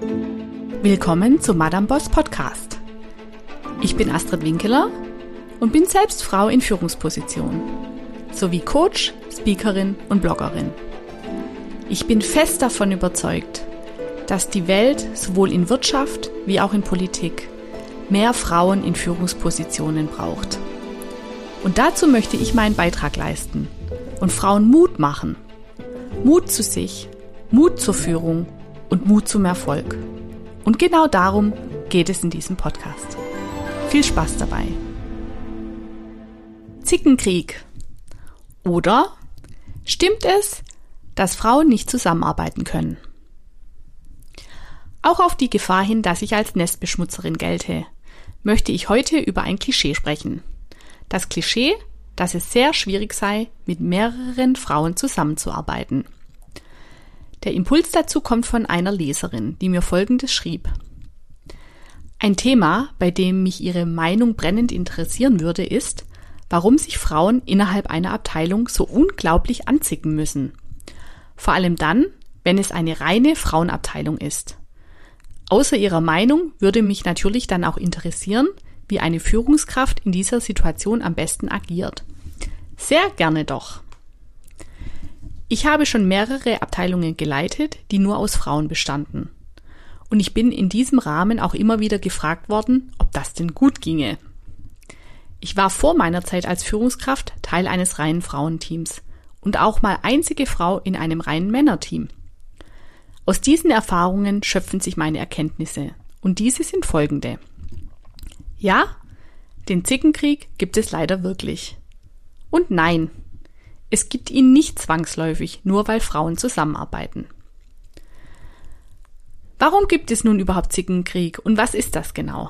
Willkommen zum Madame Boss Podcast. Ich bin Astrid Winkeler und bin selbst Frau in Führungsposition, sowie Coach, Speakerin und Bloggerin. Ich bin fest davon überzeugt, dass die Welt sowohl in Wirtschaft wie auch in Politik mehr Frauen in Führungspositionen braucht. Und dazu möchte ich meinen Beitrag leisten und Frauen Mut machen. Mut zu sich, Mut zur Führung und Mut zum Erfolg. Und genau darum geht es in diesem Podcast. Viel Spaß dabei. Zickenkrieg. Oder stimmt es, dass Frauen nicht zusammenarbeiten können? Auch auf die Gefahr hin, dass ich als Nestbeschmutzerin gelte, möchte ich heute über ein Klischee sprechen. Das Klischee, dass es sehr schwierig sei, mit mehreren Frauen zusammenzuarbeiten. Der Impuls dazu kommt von einer Leserin, die mir Folgendes schrieb. Ein Thema, bei dem mich ihre Meinung brennend interessieren würde, ist, warum sich Frauen innerhalb einer Abteilung so unglaublich anzicken müssen. Vor allem dann, wenn es eine reine Frauenabteilung ist. Außer ihrer Meinung würde mich natürlich dann auch interessieren, wie eine Führungskraft in dieser Situation am besten agiert. Sehr gerne doch. Ich habe schon mehrere Abteilungen geleitet, die nur aus Frauen bestanden. Und ich bin in diesem Rahmen auch immer wieder gefragt worden, ob das denn gut ginge. Ich war vor meiner Zeit als Führungskraft Teil eines reinen Frauenteams und auch mal einzige Frau in einem reinen Männerteam. Aus diesen Erfahrungen schöpfen sich meine Erkenntnisse und diese sind folgende. Ja, den Zickenkrieg gibt es leider wirklich. Und nein, es gibt ihn nicht zwangsläufig, nur weil Frauen zusammenarbeiten. Warum gibt es nun überhaupt Zickenkrieg und was ist das genau?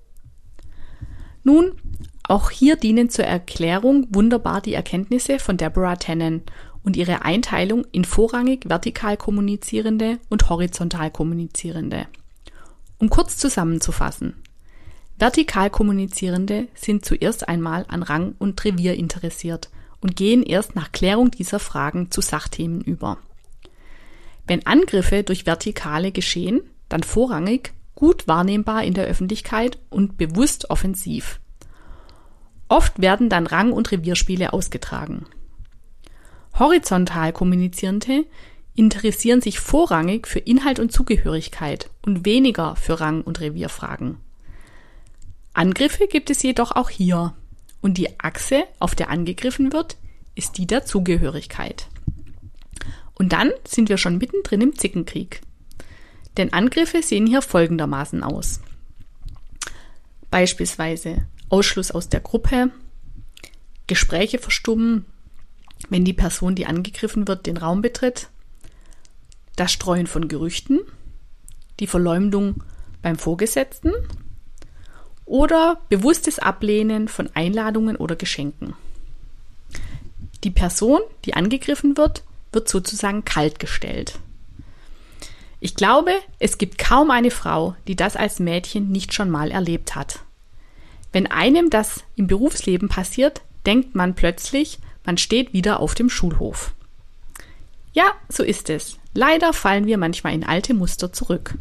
Nun, auch hier dienen zur Erklärung wunderbar die Erkenntnisse von Deborah Tannen und ihre Einteilung in vorrangig vertikal kommunizierende und horizontal kommunizierende. Um kurz zusammenzufassen. Vertikal kommunizierende sind zuerst einmal an Rang und Revier interessiert und gehen erst nach Klärung dieser Fragen zu Sachthemen über. Wenn Angriffe durch Vertikale geschehen, dann vorrangig gut wahrnehmbar in der Öffentlichkeit und bewusst offensiv. Oft werden dann Rang- und Revierspiele ausgetragen. Horizontal kommunizierende interessieren sich vorrangig für Inhalt und Zugehörigkeit und weniger für Rang- und Revierfragen. Angriffe gibt es jedoch auch hier und die Achse, auf der angegriffen wird, ist die der Zugehörigkeit. Und dann sind wir schon mittendrin im Zickenkrieg. Denn Angriffe sehen hier folgendermaßen aus. Beispielsweise Ausschluss aus der Gruppe, Gespräche verstummen, wenn die Person, die angegriffen wird, den Raum betritt, das Streuen von Gerüchten, die Verleumdung beim Vorgesetzten oder bewusstes Ablehnen von Einladungen oder Geschenken. Die Person, die angegriffen wird, wird sozusagen kaltgestellt. Ich glaube, es gibt kaum eine Frau, die das als Mädchen nicht schon mal erlebt hat. Wenn einem das im Berufsleben passiert, denkt man plötzlich, man steht wieder auf dem Schulhof. Ja, so ist es. Leider fallen wir manchmal in alte Muster zurück.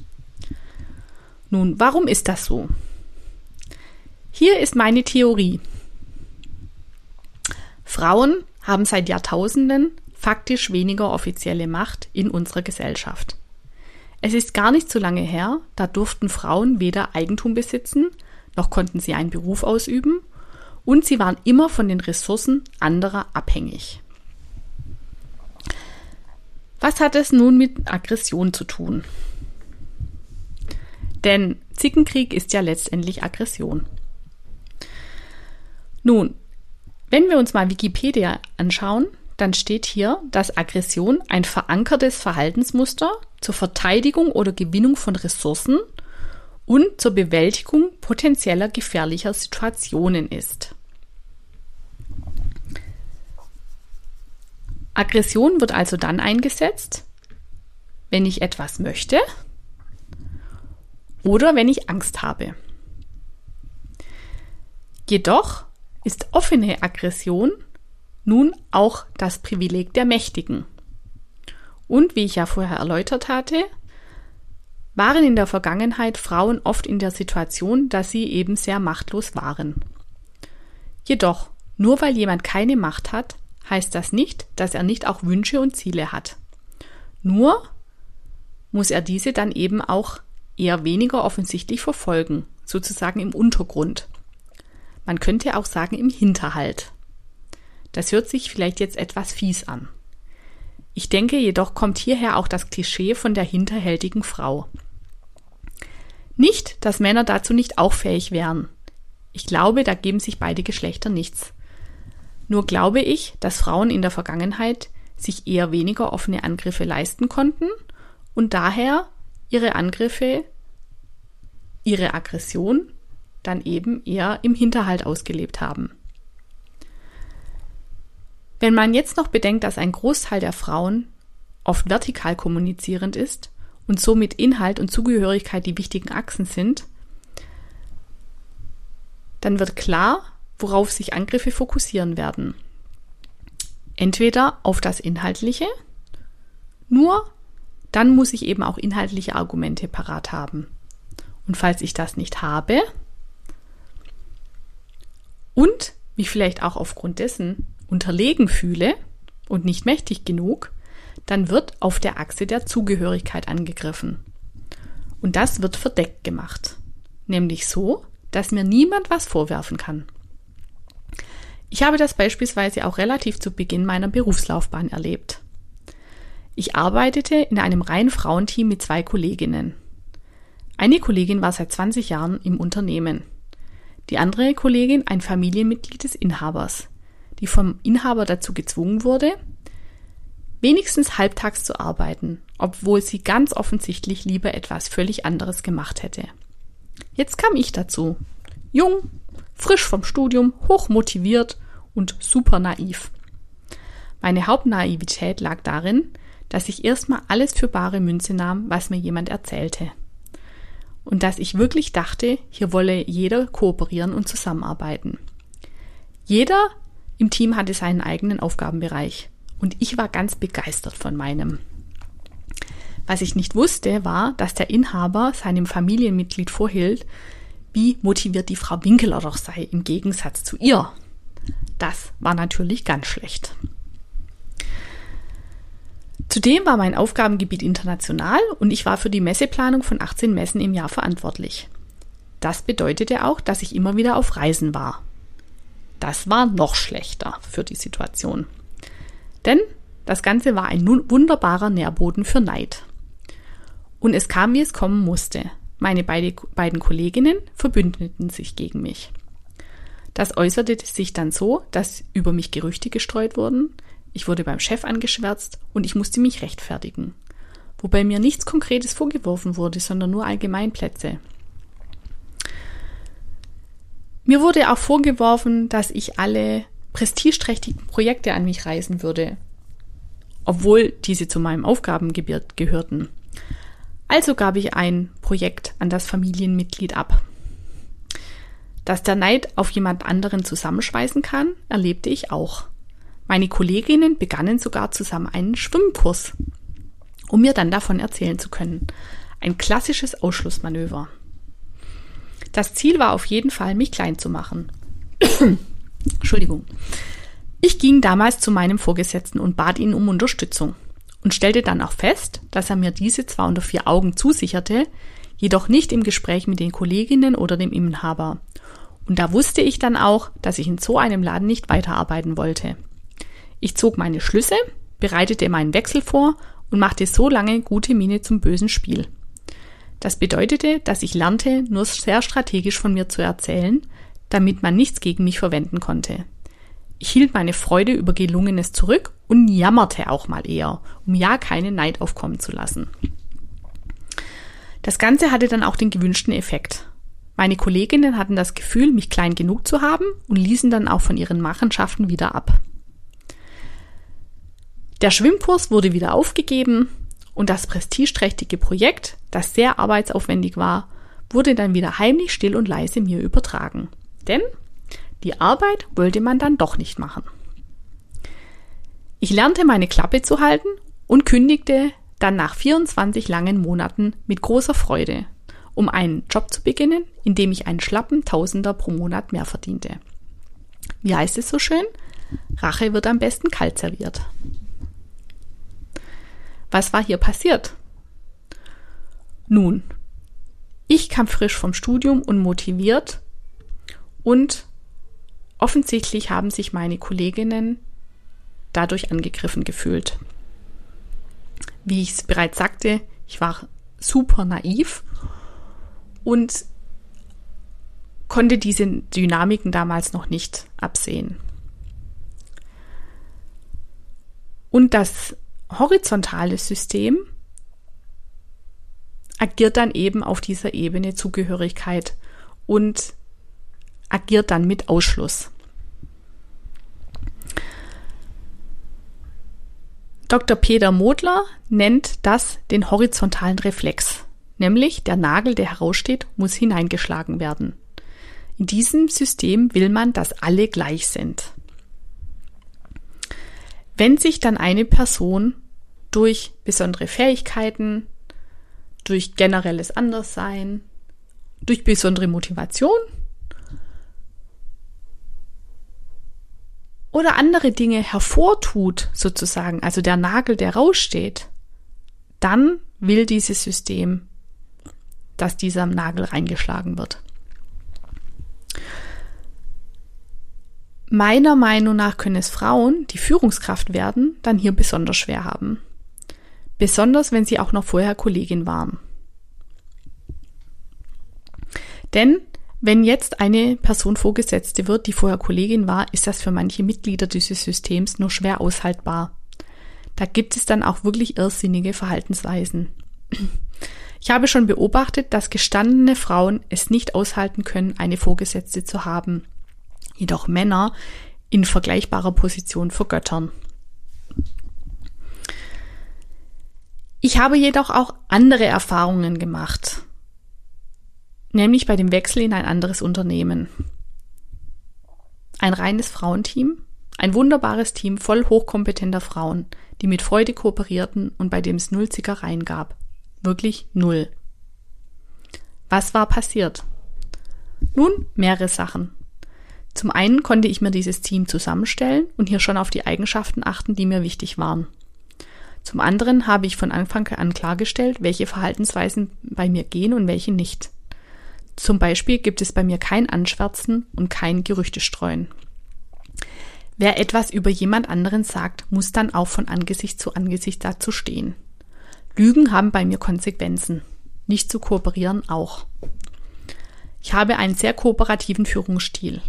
Nun, warum ist das so? Hier ist meine Theorie. Frauen haben seit Jahrtausenden faktisch weniger offizielle Macht in unserer Gesellschaft. Es ist gar nicht so lange her, da durften Frauen weder Eigentum besitzen, noch konnten sie einen Beruf ausüben und sie waren immer von den Ressourcen anderer abhängig. Was hat es nun mit Aggression zu tun? Denn Zickenkrieg ist ja letztendlich Aggression. Nun, wenn wir uns mal Wikipedia anschauen, dann steht hier, dass Aggression ein verankertes Verhaltensmuster zur Verteidigung oder Gewinnung von Ressourcen und zur Bewältigung potenzieller gefährlicher Situationen ist. Aggression wird also dann eingesetzt, wenn ich etwas möchte oder wenn ich Angst habe. Jedoch ist offene Aggression nun auch das Privileg der Mächtigen. Und wie ich ja vorher erläutert hatte, waren in der Vergangenheit Frauen oft in der Situation, dass sie eben sehr machtlos waren. Jedoch, nur weil jemand keine Macht hat, heißt das nicht, dass er nicht auch Wünsche und Ziele hat. Nur muss er diese dann eben auch eher weniger offensichtlich verfolgen, sozusagen im Untergrund. Man könnte auch sagen im Hinterhalt. Das hört sich vielleicht jetzt etwas fies an. Ich denke jedoch kommt hierher auch das Klischee von der hinterhältigen Frau. Nicht, dass Männer dazu nicht auch fähig wären. Ich glaube, da geben sich beide Geschlechter nichts. Nur glaube ich, dass Frauen in der Vergangenheit sich eher weniger offene Angriffe leisten konnten und daher ihre Angriffe, ihre Aggression dann eben eher im Hinterhalt ausgelebt haben. Wenn man jetzt noch bedenkt, dass ein Großteil der Frauen oft vertikal kommunizierend ist und somit Inhalt und Zugehörigkeit die wichtigen Achsen sind, dann wird klar, worauf sich Angriffe fokussieren werden. Entweder auf das Inhaltliche, nur dann muss ich eben auch inhaltliche Argumente parat haben. Und falls ich das nicht habe und mich vielleicht auch aufgrund dessen unterlegen fühle und nicht mächtig genug, dann wird auf der Achse der Zugehörigkeit angegriffen. Und das wird verdeckt gemacht. Nämlich so, dass mir niemand was vorwerfen kann. Ich habe das beispielsweise auch relativ zu Beginn meiner Berufslaufbahn erlebt. Ich arbeitete in einem reinen Frauenteam mit 2 Kolleginnen. Eine Kollegin war seit 20 Jahren im Unternehmen. Die andere Kollegin ein Familienmitglied des Inhabers, die vom Inhaber dazu gezwungen wurde, wenigstens halbtags zu arbeiten, obwohl sie ganz offensichtlich lieber etwas völlig anderes gemacht hätte. Jetzt kam ich dazu. Jung, frisch vom Studium, hochmotiviert und super naiv. Meine Hauptnaivität lag darin, dass ich erstmal alles für bare Münze nahm, was mir jemand erzählte. Und dass ich wirklich dachte, hier wolle jeder kooperieren und zusammenarbeiten. Jeder im Team hatte seinen eigenen Aufgabenbereich und ich war ganz begeistert von meinem. Was ich nicht wusste, war, dass der Inhaber seinem Familienmitglied vorhielt, wie motiviert die Frau Winkeler doch sei im Gegensatz zu ihr. Das war natürlich ganz schlecht. Zudem war mein Aufgabengebiet international und ich war für die Messeplanung von 18 Messen im Jahr verantwortlich. Das bedeutete auch, dass ich immer wieder auf Reisen war. Das war noch schlechter für die Situation. Denn das Ganze war ein wunderbarer Nährboden für Neid. Und es kam, wie es kommen musste. Meine beiden Kolleginnen verbündeten sich gegen mich. Das äußerte sich dann so, dass über mich Gerüchte gestreut wurden, ich wurde beim Chef angeschwärzt und ich musste mich rechtfertigen. Wobei mir nichts Konkretes vorgeworfen wurde, sondern nur Allgemeinplätze. Mir wurde auch vorgeworfen, dass ich alle prestigeträchtigen Projekte an mich reißen würde, obwohl diese zu meinem Aufgabengebiet gehörten. Also gab ich ein Projekt an das Familienmitglied ab. Dass der Neid auf jemand anderen zusammenschweißen kann, erlebte ich auch. Meine Kolleginnen begannen sogar zusammen einen Schwimmkurs, um mir dann davon erzählen zu können. Ein klassisches Ausschlussmanöver. Das Ziel war auf jeden Fall, mich klein zu machen. Entschuldigung. Ich ging damals zu meinem Vorgesetzten und bat ihn um Unterstützung und stellte dann auch fest, dass er mir diese zwar unter 4 Augen zusicherte, jedoch nicht im Gespräch mit den Kolleginnen oder dem Inhaber. Und da wusste ich dann auch, dass ich in so einem Laden nicht weiterarbeiten wollte. Ich zog meine Schlüsse, bereitete meinen Wechsel vor und machte so lange gute Miene zum bösen Spiel. Das bedeutete, dass ich lernte, nur sehr strategisch von mir zu erzählen, damit man nichts gegen mich verwenden konnte. Ich hielt meine Freude über Gelungenes zurück und jammerte auch mal eher, um ja keinen Neid aufkommen zu lassen. Das Ganze hatte dann auch den gewünschten Effekt. Meine Kolleginnen hatten das Gefühl, mich klein genug zu haben und ließen dann auch von ihren Machenschaften wieder ab. Der Schwimmkurs wurde wieder aufgegeben und das prestigeträchtige Projekt, das sehr arbeitsaufwendig war, wurde dann wieder heimlich still und leise mir übertragen. Denn die Arbeit wollte man dann doch nicht machen. Ich lernte meine Klappe zu halten und kündigte dann nach 24 langen Monaten mit großer Freude, um einen Job zu beginnen, in dem ich einen schlappen Tausender pro Monat mehr verdiente. Wie heißt es so schön? Rache wird am besten kalt serviert. Was war hier passiert? Nun, ich kam frisch vom Studium und motiviert und offensichtlich haben sich meine Kolleginnen dadurch angegriffen gefühlt. Wie ich es bereits sagte, ich war super naiv und konnte diese Dynamiken damals noch nicht absehen. Und das horizontale System agiert dann eben auf dieser Ebene Zugehörigkeit und agiert dann mit Ausschluss. Dr. Peter Modler nennt das den horizontalen Reflex, nämlich der Nagel, der heraussteht, muss hineingeschlagen werden. In diesem System will man, dass alle gleich sind. Wenn sich dann eine Person durch besondere Fähigkeiten, durch generelles Anderssein, durch besondere Motivation oder andere Dinge hervortut, sozusagen, also der Nagel, der raussteht, dann will dieses System, dass dieser Nagel reingeschlagen wird. Meiner Meinung nach können es Frauen, die Führungskraft werden, dann hier besonders schwer haben. Besonders, wenn sie auch noch vorher Kollegin waren. Denn wenn jetzt eine Person Vorgesetzte wird, die vorher Kollegin war, ist das für manche Mitglieder dieses Systems nur schwer aushaltbar. Da gibt es dann auch wirklich irrsinnige Verhaltensweisen. Ich habe schon beobachtet, dass gestandene Frauen es nicht aushalten können, eine Vorgesetzte zu haben. Jedoch Männer in vergleichbarer Position vergöttern. Ich habe jedoch auch andere Erfahrungen gemacht, nämlich bei dem Wechsel in ein anderes Unternehmen. Ein reines Frauenteam, ein wunderbares Team voll hochkompetenter Frauen, die mit Freude kooperierten und bei dem es 0 Zickereien gab. Wirklich 0. Was war passiert? Nun, mehrere Sachen. Zum einen konnte ich mir dieses Team zusammenstellen und hier schon auf die Eigenschaften achten, die mir wichtig waren. Zum anderen habe ich von Anfang an klargestellt, welche Verhaltensweisen bei mir gehen und welche nicht. Zum Beispiel gibt es bei mir kein Anschwärzen und kein Gerüchte streuen. Wer etwas über jemand anderen sagt, muss dann auch von Angesicht zu Angesicht dazu stehen. Lügen haben bei mir Konsequenzen. Nicht zu kooperieren auch. Ich habe einen sehr kooperativen Führungsstil.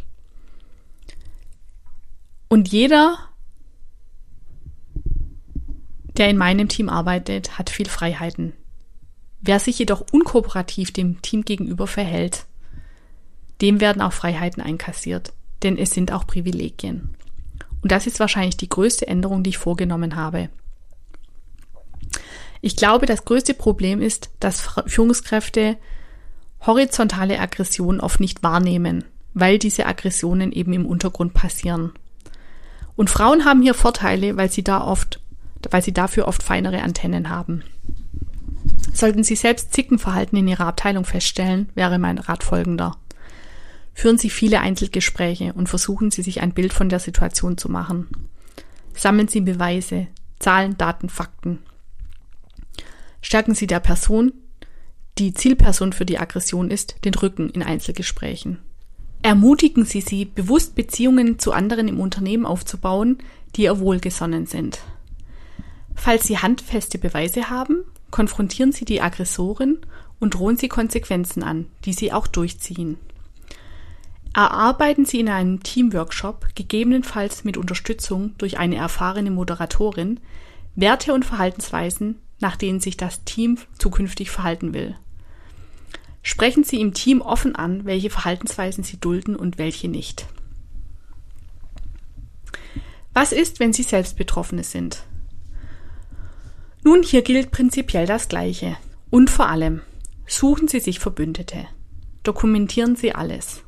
Und jeder, der in meinem Team arbeitet, hat viel Freiheiten. Wer sich jedoch unkooperativ dem Team gegenüber verhält, dem werden auch Freiheiten einkassiert, denn es sind auch Privilegien. Und das ist wahrscheinlich die größte Änderung, die ich vorgenommen habe. Ich glaube, das größte Problem ist, dass Führungskräfte horizontale Aggressionen oft nicht wahrnehmen, weil diese Aggressionen eben im Untergrund passieren. Und Frauen haben hier Vorteile, weil sie dafür oft feinere Antennen haben. Sollten Sie selbst Zickenverhalten in Ihrer Abteilung feststellen, wäre mein Rat folgender. Führen Sie viele Einzelgespräche und versuchen Sie, sich ein Bild von der Situation zu machen. Sammeln Sie Beweise, Zahlen, Daten, Fakten. Stärken Sie der Person, die Zielperson für die Aggression ist, den Rücken in Einzelgesprächen. Ermutigen Sie sie, bewusst Beziehungen zu anderen im Unternehmen aufzubauen, die ihr wohlgesonnen sind. Falls Sie handfeste Beweise haben, konfrontieren Sie die Aggressorin und drohen Sie Konsequenzen an, die Sie auch durchziehen. Erarbeiten Sie in einem Teamworkshop, gegebenenfalls mit Unterstützung durch eine erfahrene Moderatorin, Werte und Verhaltensweisen, nach denen sich das Team zukünftig verhalten will. Sprechen Sie im Team offen an, welche Verhaltensweisen Sie dulden und welche nicht. Was ist, wenn Sie selbst Betroffene sind? Nun, hier gilt prinzipiell das Gleiche. Und vor allem, suchen Sie sich Verbündete. Dokumentieren Sie alles.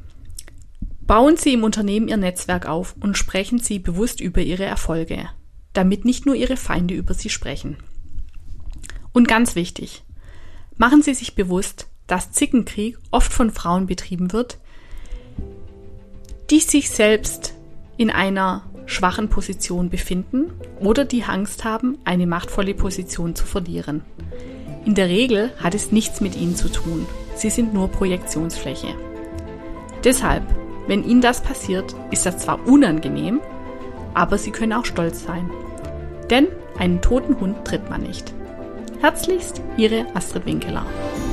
Bauen Sie im Unternehmen Ihr Netzwerk auf und sprechen Sie bewusst über Ihre Erfolge. damit nicht nur ihre Feinde über sie sprechen. Und ganz wichtig, machen Sie sich bewusst, dass Zickenkrieg oft von Frauen betrieben wird, die sich selbst in einer schwachen Position befinden oder die Angst haben, eine machtvolle Position zu verlieren. In der Regel hat es nichts mit ihnen zu tun. Sie sind nur Projektionsfläche. Deshalb, wenn Ihnen das passiert, ist das zwar unangenehm, aber Sie können auch stolz sein. Denn einen toten Hund tritt man nicht. Herzlichst, Ihre Astrid Winkeler.